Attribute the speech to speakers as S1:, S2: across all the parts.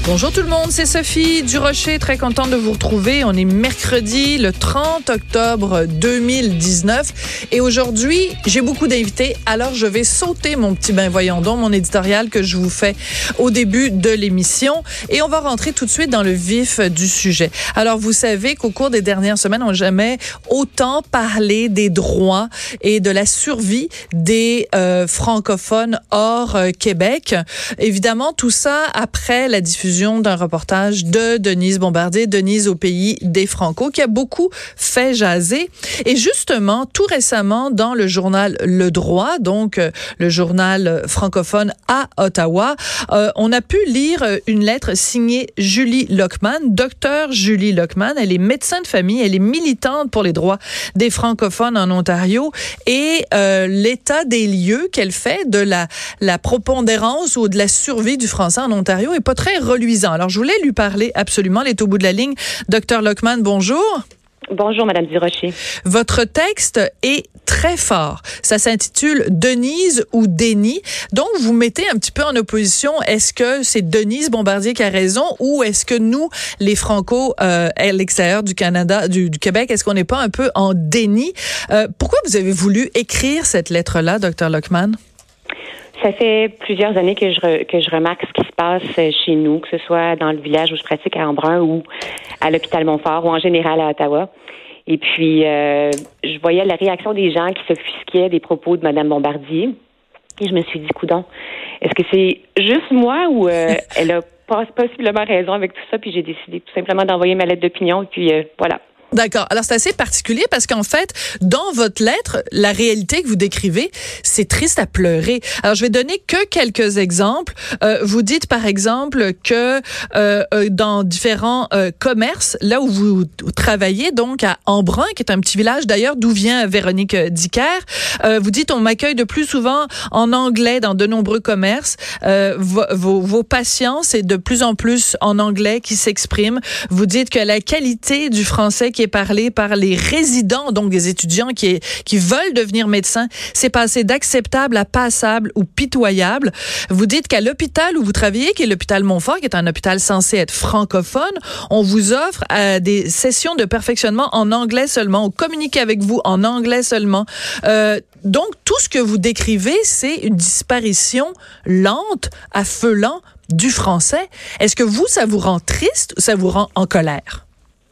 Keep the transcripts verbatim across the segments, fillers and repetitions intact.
S1: Bonjour tout le monde, c'est Sophie Durocher, très contente de vous retrouver. On est mercredi, le trente octobre deux mille dix-neuf et aujourd'hui, j'ai beaucoup d'invités, alors je vais sauter mon petit ben voyons donc, mon éditorial que je vous fais au début de l'émission et on va rentrer tout de suite dans le vif du sujet. Alors vous savez qu'au cours des dernières semaines, on n'a jamais autant parlé des droits et de la survie des euh, francophones hors euh, Québec. Évidemment, tout ça après la diffusion d'un reportage de Denise Bombardier, Denise au pays des Franco, qui a beaucoup fait jaser. Et justement, tout récemment, dans le journal Le Droit, donc euh, le journal francophone à Ottawa, euh, on a pu lire une lettre signée Julie Lockman, docteur Julie Lockman. Elle est médecin de famille, elle est militante pour les droits des francophones en Ontario et euh, l'état des lieux qu'elle fait de la, la prépondérance ou de la survie du français en Ontario est pas très reluisant. Alors, je voulais lui parler absolument. Elle est au bout de la ligne. Docteur Lockman, bonjour.
S2: Bonjour, Madame Durocher.
S1: Votre texte est très fort. Ça s'intitule Denise ou Déni. Donc, vous mettez un petit peu en opposition. Est-ce que c'est Denise Bombardier qui a raison ou est-ce que nous, les Franco, euh, à l'extérieur du Canada, du, du Québec, est-ce qu'on n'est pas un peu en déni? Euh, pourquoi vous avez voulu écrire cette lettre-là, Docteur Lockman?
S2: Ça fait plusieurs années que je re, que je remarque ce qui se passe chez nous, que ce soit dans le village où je pratique à Embrun ou à l'hôpital Montfort ou en général à Ottawa. Et puis, euh, je voyais la réaction des gens qui s'offusquaient des propos de Mme Bombardier. Et je me suis dit, coudonc, est-ce que c'est juste moi ou euh, elle a pas, possiblement raison avec tout ça? Puis j'ai décidé tout simplement d'envoyer ma lettre d'opinion. Et puis, euh, voilà.
S1: D'accord. Alors, c'est assez particulier parce qu'en fait, dans votre lettre, la réalité que vous décrivez, c'est triste à pleurer. Alors, je vais donner que quelques exemples. Euh, vous dites, par exemple, que euh, dans différents euh, commerces, là où vous travaillez, donc à Embrun, qui est un petit village d'ailleurs, d'où vient Véronique Dicker, euh, vous dites, on m'accueille de plus souvent en anglais dans de nombreux commerces. Euh, vos, vos, vos patients, c'est de plus en plus en anglais qui s'expriment. Vous dites que la qualité du français qui est parlé par les résidents, donc des étudiants qui, qui veulent devenir médecins, c'est passé d'acceptable à passable ou pitoyable. Vous dites qu'à l'hôpital où vous travaillez, qui est l'hôpital Montfort, qui est un hôpital censé être francophone, on vous offre euh, des sessions de perfectionnement en anglais seulement, on communique avec vous en anglais seulement. Euh, donc, tout ce que vous décrivez, c'est une disparition lente, à feu lent, du français. Est-ce que vous, ça vous rend triste ou ça vous rend en colère?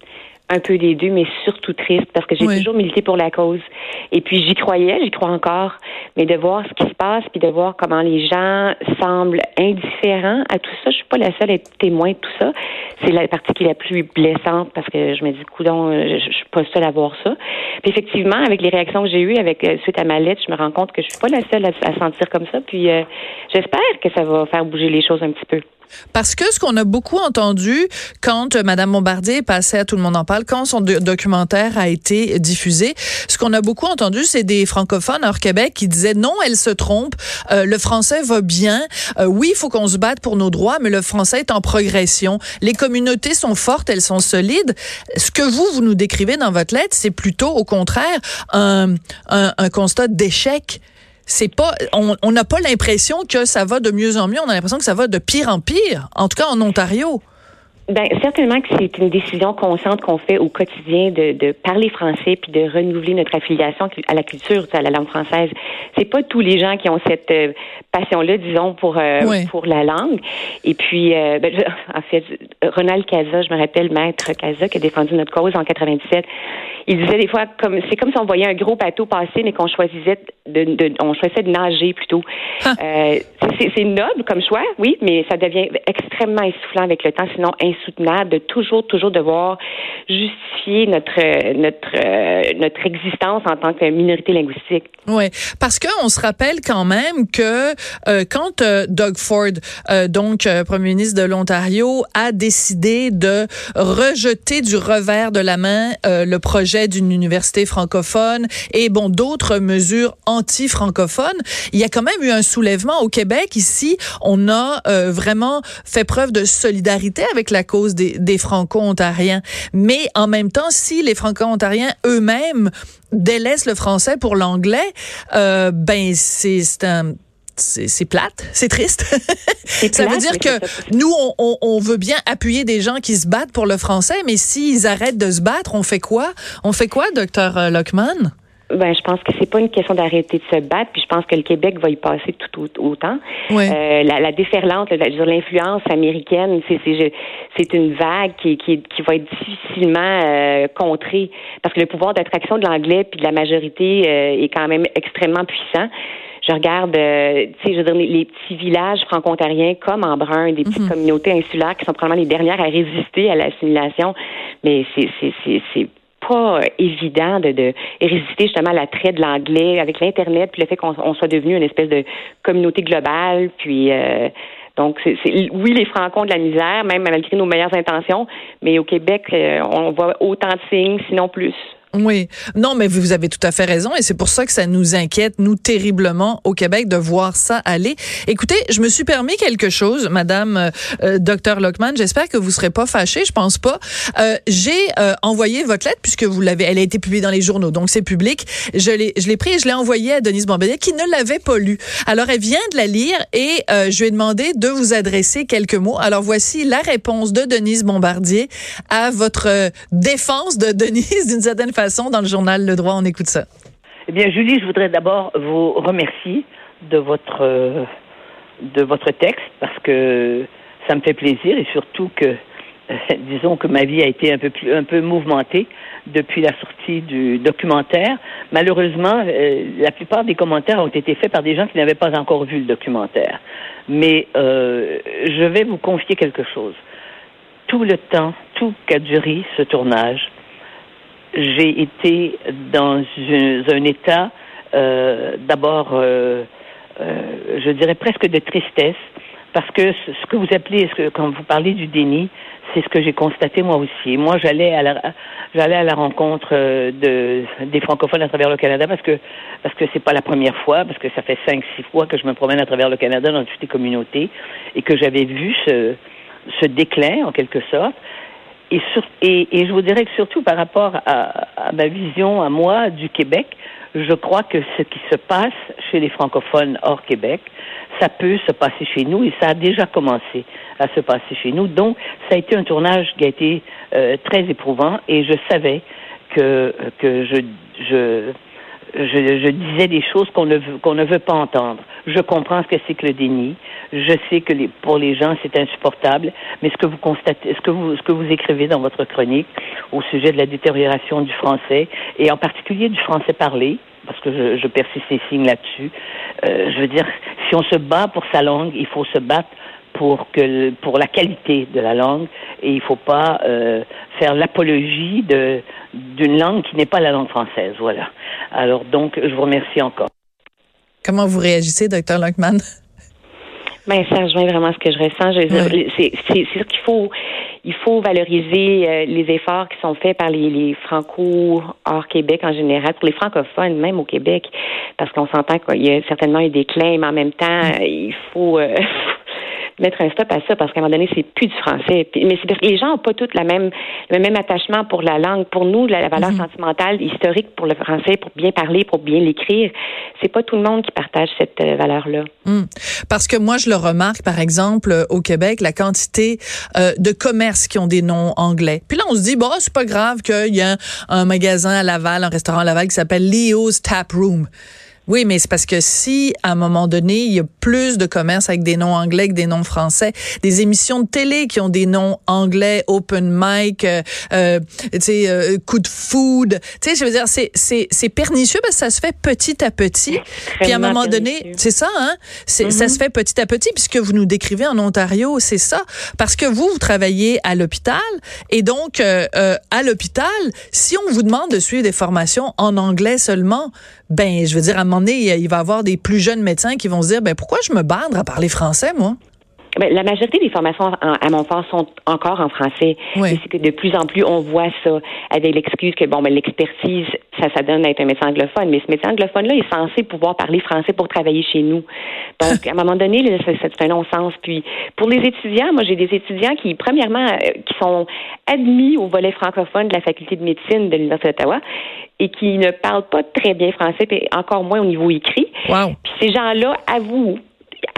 S2: Un peu des deux, mais surtout triste parce que j'ai oui. toujours milité pour la cause. Et puis j'y croyais, j'y crois encore, mais de voir ce qui se passe puis de voir comment les gens semblent indifférents à tout ça, je suis pas la seule à être témoin de tout ça. C'est la partie qui est la plus blessante parce que je me dis, coudonc, je, je suis pas seule à voir ça. Puis effectivement, avec les réactions que j'ai eues avec suite à ma lettre, je me rends compte que je suis pas la seule à, à sentir comme ça. Puis euh, j'espère que ça va faire bouger les choses un petit peu.
S1: Parce que ce qu'on a beaucoup entendu quand Mme Bombardier passait à Tout le monde en parle, quand son do- documentaire a été diffusé, ce qu'on a beaucoup entendu, c'est des francophones hors Québec qui disaient non, elle se trompe, euh, le français va bien, euh, oui, il faut qu'on se batte pour nos droits, mais le français est en progression. Les communautés sont fortes, elles sont solides. Ce que vous, vous nous décrivez dans votre lettre, c'est plutôt, au contraire, un, un, un constat d'échec. C'est pas, on n'a pas l'impression que ça va de mieux en mieux. On a l'impression que ça va de pire en pire. En tout cas, en Ontario.
S2: Ben certainement que c'est une décision consciente qu'on fait au quotidien de, de parler français puis de renouveler notre affiliation à la culture, à la langue française. C'est pas tous les gens qui ont cette euh, passion-là, disons, pour euh, oui. pour la langue. Et puis, euh, ben, je, en fait, Ronald Casa, je me rappelle, maître Casa, qui a défendu notre cause en quatre-vingt-dix-sept. Il disait des fois, comme c'est comme si on voyait un gros bateau passer, mais qu'on choisissait de, de on choisissait de nager plutôt. Ah. Euh, c'est, c'est noble comme choix, oui, mais ça devient extrêmement essoufflant avec le temps, sinon insoutenable de toujours, toujours devoir justifier notre notre euh, notre existence en tant que minorité linguistique.
S1: Oui, parce que on se rappelle quand même que euh, quand euh, Doug Ford, euh, donc euh, premier ministre de l'Ontario, a décidé de rejeter du revers de la main euh, le projet d'une université francophone et bon d'autres mesures anti-francophones, il y a quand même eu un soulèvement au Québec. Ici, on a euh, vraiment fait preuve de solidarité avec la cause des, des Franco-Ontariens. Mais en même temps, si les Franco-Ontariens eux-mêmes délaissent le français pour l'anglais, euh, ben c'est, c'est un c'est, c'est plate, c'est triste.
S2: C'est
S1: ça
S2: plate,
S1: veut dire que
S2: ça.
S1: nous, on, on, on veut bien appuyer des gens qui se battent pour le français, mais s'ils arrêtent de se battre, on fait quoi? On fait quoi, docteur Lockman?
S2: Ben, je pense que c'est pas une question d'arrêter de se battre, puis je pense que le Québec va y passer tout autant.
S1: Oui.
S2: Euh, la, la déferlante, la, sur l'influence américaine, c'est, c'est, c'est une vague qui, qui, qui va être difficilement euh, contrée, parce que le pouvoir d'attraction de l'anglais puis de la majorité euh, est quand même extrêmement puissant. Je regarde, euh, tu sais, je veux dire, les, les petits villages franco-ontariens comme Embrun, des petites mm-hmm. communautés insulaires qui sont probablement les dernières à résister à l'assimilation, mais c'est, c'est, c'est, c'est pas évident de, de résister justement à l'attrait de l'anglais avec l'Internet, puis le fait qu'on on soit devenu une espèce de communauté globale, puis euh, donc c'est, c'est oui les Francons de la misère, même malgré nos meilleures intentions, mais au Québec euh, on voit autant de signes, sinon plus.
S1: Oui. Non, mais vous avez tout à fait raison et c'est pour ça que ça nous inquiète, nous, terriblement au Québec, de voir ça aller. Écoutez, je me suis permis quelque chose, Madame euh, Docteur Lockman. J'espère que vous serez pas fâchée, je pense pas. Euh, j'ai euh, envoyé votre lettre puisque vous l'avez, elle a été publiée dans les journaux, donc c'est public. Je l'ai, je l'ai pris et je l'ai envoyée à Denise Bombardier qui ne l'avait pas lu. Alors, elle vient de la lire et euh, je lui ai demandé de vous adresser quelques mots. Alors, voici la réponse de Denise Bombardier à votre euh, défense de Denise d'une certaine façon. façon dans le journal Le Droit. On écoute ça.
S3: Eh bien, Julie, je voudrais d'abord vous remercier de votre euh, de votre texte parce que ça me fait plaisir et surtout que euh, disons que ma vie a été un peu plus un peu mouvementée depuis la sortie du documentaire. Malheureusement, euh, la plupart des commentaires ont été faits par des gens qui n'avaient pas encore vu le documentaire. Mais euh, je vais vous confier quelque chose. Tout le temps, tout qu'a duré ce tournage, j'ai été dans un, un état, euh, d'abord, euh, euh, je dirais presque de tristesse, parce que ce, ce que vous appelez, ce que, quand vous parlez du déni, c'est ce que j'ai constaté moi aussi. Moi, j'allais à la, j'allais à la rencontre de des francophones à travers le Canada parce que parce que c'est pas la première fois, parce que ça fait cinq, six fois que je me promène à travers le Canada dans toutes les communautés et que j'avais vu ce ce déclin en quelque sorte. Et, sur, et, et je vous dirais que surtout par rapport à, à ma vision, à moi, du Québec, je crois que ce qui se passe chez les francophones hors Québec, ça peut se passer chez nous et ça a déjà commencé à se passer chez nous. Donc, ça a été un tournage qui a été euh, très éprouvant et je savais que que je je je, je disais des choses qu'on ne veut, qu'on ne veut pas entendre. Je comprends ce que c'est que le déni. Je sais que les, pour les gens, c'est insupportable. Mais ce que vous constatez, ce que vous, ce que vous écrivez dans votre chronique au sujet de la détérioration du français, et en particulier du français parlé, parce que je, je persiste ces signes là-dessus, euh, je veux dire, si on se bat pour sa langue, il faut se battre pour que pour la qualité de la langue et il faut pas euh, faire l'apologie de d'une langue qui n'est pas la langue française. Voilà. Alors donc, je vous remercie encore.
S1: Comment vous réagissez, docteur Lockman?
S2: Ben, ça rejoint vraiment ce que je ressens. Je veux dire, oui. c'est, c'est, c'est sûr qu'il faut, il faut valoriser euh, les efforts qui sont faits par les, les Franco hors Québec en général, pour les francophones, même au Québec, parce qu'on s'entend qu'il y a certainement eu des déclin, mais en même temps, il faut... Euh, mettre un stop à ça parce qu'à un moment donné, c'est plus du français. Mais c'est parce que les gens n'ont pas tous la même, le même attachement pour la langue. Pour nous, la, la valeur mm-hmm. sentimentale, historique pour le français, pour bien parler, pour bien l'écrire, c'est pas tout le monde qui partage cette euh, valeur-là.
S1: Mm. Parce que moi, je le remarque, par exemple, euh, au Québec, la quantité euh, de commerces qui ont des noms anglais. Puis là, on se dit, bon, c'est pas grave qu'il y a un, un magasin à Laval, un restaurant à Laval qui s'appelle Leo's Tap Room. Oui, mais c'est parce que si, à un moment donné, il y a plus de commerces avec des noms anglais que des noms français, des émissions de télé qui ont des noms anglais, open mic, euh, euh, tu sais, euh, coup de food, tu sais, je veux dire, c'est c'est c'est pernicieux parce que ça se fait petit à petit. Puis à un moment donné, c'est ça, hein, c'est mm-hmm. ça se fait petit à petit. Puis ce que vous nous décrivez en Ontario, c'est ça, parce que vous vous travaillez à l'hôpital et donc euh, euh, à l'hôpital, si on vous demande de suivre des formations en anglais seulement, ben, je veux dire, à un moment donné, il va y avoir des plus jeunes médecins qui vont se dire, ben, pourquoi je me badre à parler français, moi?
S2: Ben, la majorité des formations à Montfort sont encore en français.
S1: Oui.
S2: Et c'est que de plus en plus, on voit ça avec l'excuse que, bon, ben, l'expertise, ça, ça donne à être un médecin anglophone. Mais ce médecin anglophone-là est censé pouvoir parler français pour travailler chez nous. Donc, à un moment donné, là, c'est, c'est un non-sens. Puis, pour les étudiants, moi, j'ai des étudiants qui, premièrement, euh, qui sont admis au volet francophone de la faculté de médecine de l'Université d'Ottawa et qui ne parlent pas très bien français, puis encore moins au niveau écrit.
S1: Wow.
S2: Puis ces gens-là avouent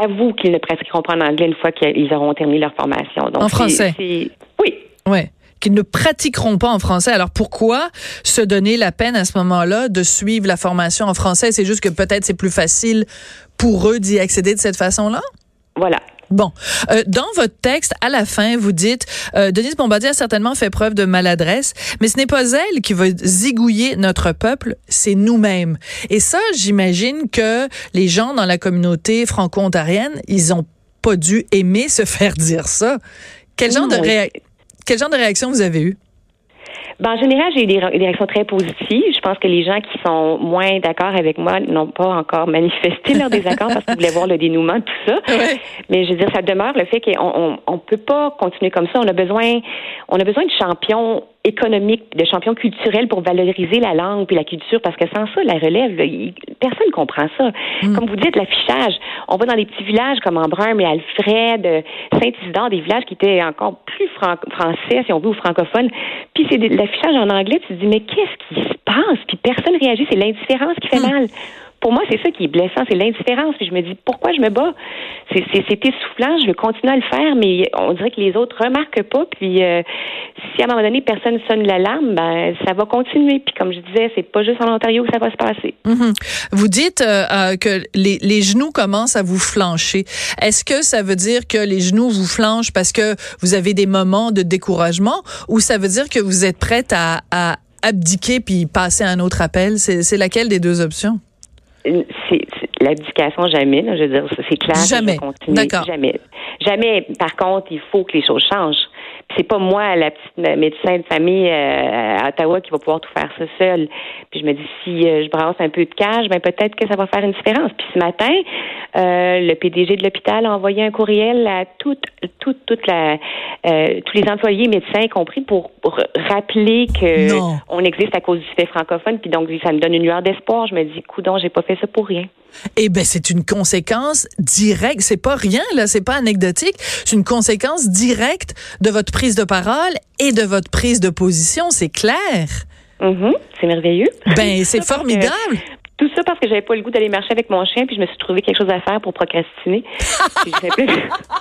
S2: avouent qu'ils ne pratiqueront pas en anglais une fois qu'ils auront terminé leur formation. Donc,
S1: en français?
S2: C'est, c'est, oui.
S1: Oui. Qu'ils ne pratiqueront pas en français. Alors pourquoi se donner la peine à ce moment-là de suivre la formation en français? C'est juste que peut-être c'est plus facile pour eux d'y accéder de cette façon-là?
S2: Voilà.
S1: Bon, euh, dans votre texte, à la fin, vous dites euh, Denise Bombardier a certainement fait preuve de maladresse, mais ce n'est pas elle qui va zigouiller notre peuple, c'est nous-mêmes. Et ça, j'imagine que les gens dans la communauté franco-ontarienne, ils ont pas dû aimer se faire dire ça. Quel genre, de, réa- quel genre de réaction vous avez eu?
S2: Ben, en général, j'ai eu des, des réactions très positives. Je pense que les gens qui sont moins d'accord avec moi n'ont pas encore manifesté leur désaccord parce qu'ils voulaient voir le dénouement de tout ça.
S1: Ouais.
S2: Mais je veux dire, ça demeure le fait qu'on on, on peut pas continuer comme ça. On a besoin, on a besoin de champions économiques, de champions culturels pour valoriser la langue puis la culture, parce que sans ça, la relève, là, il, personne comprend ça. Mm. Comme vous dites, l'affichage, on va dans des petits villages comme Embrun, mais Alfred, Saint-Isidore, des villages qui étaient encore plus fran- français, si on veut, ou francophones, puis c'est de l'affichage en anglais, tu te dis, mais qu'est-ce qui se passe? Puis personne réagit, c'est l'indifférence qui fait mm. mal. Pour moi, c'est ça qui est blessant, c'est l'indifférence. Puis je me dis, pourquoi je me bats? C'est, c'est, c'est essoufflant, je veux continuer à le faire, mais on dirait que les autres remarquent pas. Puis euh, si à un moment donné, personne sonne l'alarme, ben ça va continuer. Puis comme je disais, c'est pas juste en Ontario que ça va se passer.
S1: Mm-hmm. Vous dites euh, euh, que les, les genoux commencent à vous flancher. Est-ce que ça veut dire que les genoux vous flanchent parce que vous avez des moments de découragement, ou ça veut dire que vous êtes prête à, à abdiquer puis passer à un autre appel? C'est, c'est laquelle des deux options?
S2: C'est, c'est l'abdication, jamais. Là, je veux dire, c'est clair.
S1: Jamais.
S2: Que je continue,
S1: D'accord.
S2: Jamais. Jamais. Par contre, il faut que les choses changent. Puis c'est pas moi, la petite médecin de famille euh, à Ottawa, qui va pouvoir tout faire ça seule. Puis je me dis, si euh, je brasse un peu de cash, ben peut-être que ça va faire une différence. Puis ce matin, euh, le P D G de l'hôpital a envoyé un courriel à toute, toute, toute la, euh, tous les employés médecins, y compris pour, pour rappeler que
S1: non.
S2: on existe à cause du fait francophone. Puis donc, ça me donne une lueur d'espoir. Je me dis, coudonc, j'ai pas fait ça pour rien.
S1: Eh ben, c'est une conséquence directe. C'est pas rien, là. C'est pas anecdotique. C'est une conséquence directe de votre prise de parole et de votre prise de position. C'est clair.
S2: Mm-hmm. C'est merveilleux.
S1: Ben, c'est formidable.
S2: Tout ça parce que j'avais pas le goût d'aller marcher avec mon chien, puis je me suis trouvé quelque chose à faire pour procrastiner. Puis je plus...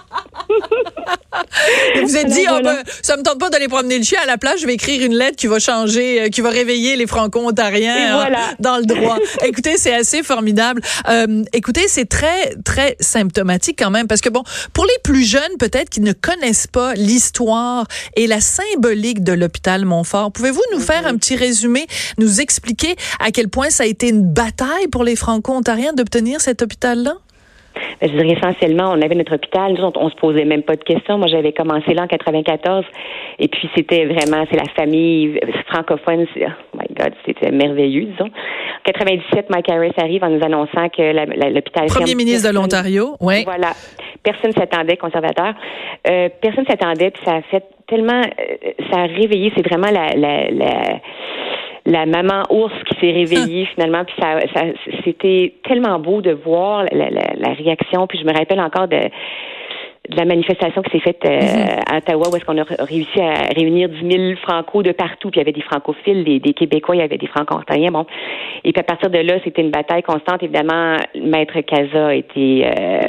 S1: Vous vous êtes dit, oh, ben, ça me tente pas d'aller promener le chien, à la place, je vais écrire une lettre qui va changer, euh, qui va réveiller les Franco-Ontariens
S2: voilà.
S1: euh, dans le droit. Écoutez, c'est assez formidable. Euh, écoutez, c'est très, très symptomatique quand même, parce que bon, pour les plus jeunes, peut-être qui ne connaissent pas l'histoire et la symbolique de l'hôpital Montfort, pouvez-vous nous mm-hmm. faire un petit résumé, nous expliquer à quel point ça a été une bataille pour les Franco-Ontariens d'obtenir cet hôpital-là?
S2: Je dirais essentiellement, on avait notre hôpital, nous, on, on se posait même pas de questions. Moi, j'avais commencé là en quatre-vingt-quatorze, et puis c'était vraiment, c'est la famille francophone, c'est, oh my God, c'était merveilleux, disons. En quatre-vingt-dix-sept, Mike Harris arrive en nous annonçant que la, la, l'hôpital...
S1: Premier ministre de l'Ontario, oui.
S2: Voilà. Personne s'attendait, conservateur. Euh, personne s'attendait, puis ça a fait tellement... Euh, ça a réveillé, c'est vraiment la... la, la la maman ours qui s'est réveillée ah. finalement, puis ça, ça, c'était tellement beau de voir la, la, la réaction. Puis je me rappelle encore de, de la manifestation qui s'est faite euh, mm-hmm. à Ottawa, où est-ce qu'on a réussi à réunir dix mille Franco de partout. Puis il y avait des francophiles, des, des Québécois, il y avait des Franco-Ontariens. Bon, et puis à partir de là, c'était une bataille constante. Évidemment, Maître Casa était euh,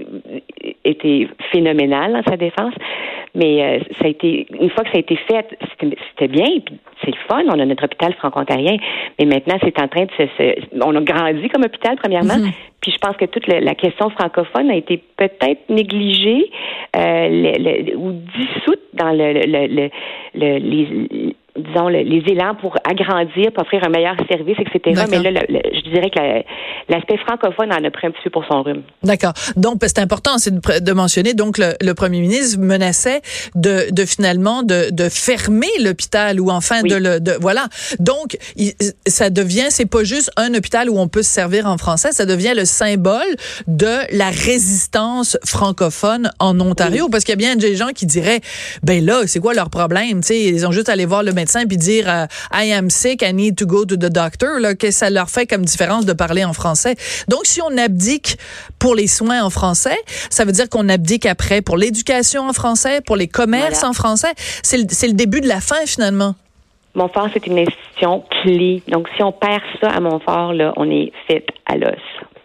S2: était phénoménal dans sa défense. Mais euh, ça a été, une fois que ça a été fait, c'était, c'était bien, puis c'est le fun, on a notre hôpital franco-ontarien, mais maintenant, c'est en train de se... se on a grandi comme hôpital, premièrement, mm-hmm. puis je pense que toute la, la question francophone a été peut-être négligée euh, le, le, ou dissoute dans le, le, le, le les... disons, le, les élans pour agrandir, pour offrir un meilleur service, et cetera. D'accord. Mais là, le, le, je dirais que la, l'aspect francophone en a pris un petit peu pour son rhume.
S1: D'accord. Donc, c'est important c'est de, de mentionner, donc, le, le premier ministre menaçait de, de finalement, de, de fermer l'hôpital, ou enfin, oui. de le, de, voilà. Donc, il, ça devient, c'est pas juste un hôpital où on peut se servir en français, ça devient le symbole de la résistance francophone en Ontario, oui. parce qu'il y a bien des gens qui diraient, ben là, c'est quoi leur problème, tu sais, ils ont juste à aller voir le médecin puis dire uh, I am sick, I need to go to the doctor, là, que ça leur fait comme différence de parler en français. Donc, si on abdique pour les soins en français, ça veut dire qu'on abdique après pour l'éducation en français, pour les commerces voilà. en français. C'est le, c'est le début de la fin, finalement.
S2: Montfort, c'est une institution clé. Donc, si on perd ça à Montfort, là, on est fait à l'os.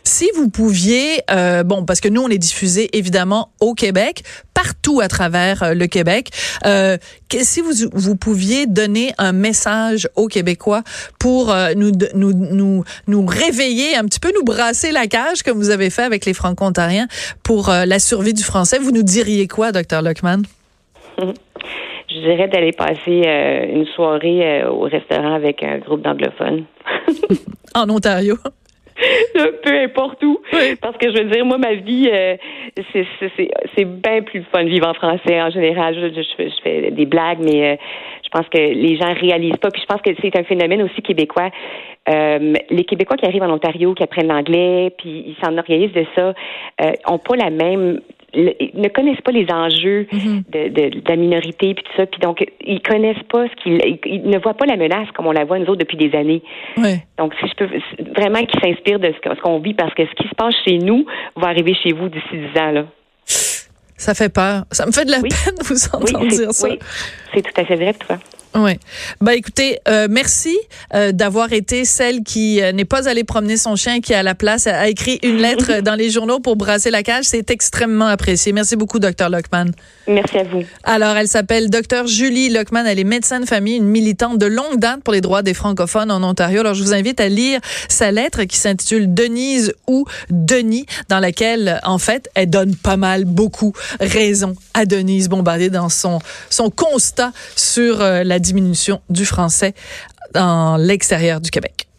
S1: si vous pouviez, euh, bon, parce que nous, on est diffusé évidemment au Québec, partout à travers euh, le Québec, euh, que, si vous, vous pouviez donner un message aux Québécois pour euh, nous, nous, nous, nous réveiller, un petit peu nous brasser la cage, comme vous avez fait avec les Franco-Ontariens, pour euh, la survie du français, vous nous diriez quoi, docteur Luckman?
S2: Je dirais d'aller passer euh, une soirée euh, au restaurant avec un groupe d'anglophones.
S1: En Ontario?
S2: Peu importe où. Oui. Parce que je veux dire, moi, ma vie, euh, c'est, c'est, c'est, c'est bien plus fun de vivre en français en général. Je, je, je, je fais des blagues, mais euh, je pense que les gens réalisent pas. Puis je pense que c'est un phénomène aussi québécois. Euh, les Québécois qui arrivent en Ontario, qui apprennent l'anglais, puis ils s'en organisent de ça, euh, ont pas la même... Le, ne connaissent pas les enjeux mm-hmm. de, de, de la minorité puis tout ça, puis donc ils connaissent pas ce qu'ils ils, ils ne voient pas la menace comme on la voit nous autres depuis des années.
S1: Oui.
S2: Donc si je peux vraiment qu'ils s'inspirent de ce qu'on vit, parce que ce qui se passe chez nous va arriver chez vous d'ici dix ans là.
S1: Ça fait peur. Ça me fait de la
S2: oui.
S1: peine de vous entendre
S2: oui,
S1: dire ça.
S2: Oui, c'est tout à fait vrai, toi.
S1: Oui. Ben écoutez, euh, merci euh, d'avoir été celle qui euh, n'est pas allée promener son chien, qui à la place a, a écrit une lettre dans les journaux pour brasser la cage. C'est extrêmement apprécié. Merci beaucoup, docteur Luckman.
S2: Merci à vous.
S1: Alors, elle s'appelle docteur Julie Luckman. Elle est médecin de famille, une militante de longue date pour les droits des francophones en Ontario. Alors, je vous invite à lire sa lettre qui s'intitule Denise ou Denis, dans laquelle, en fait, elle donne pas mal, beaucoup raison à Denise Bombardier dans son, son constat sur euh, la diminution du français dans l'extérieur du Québec.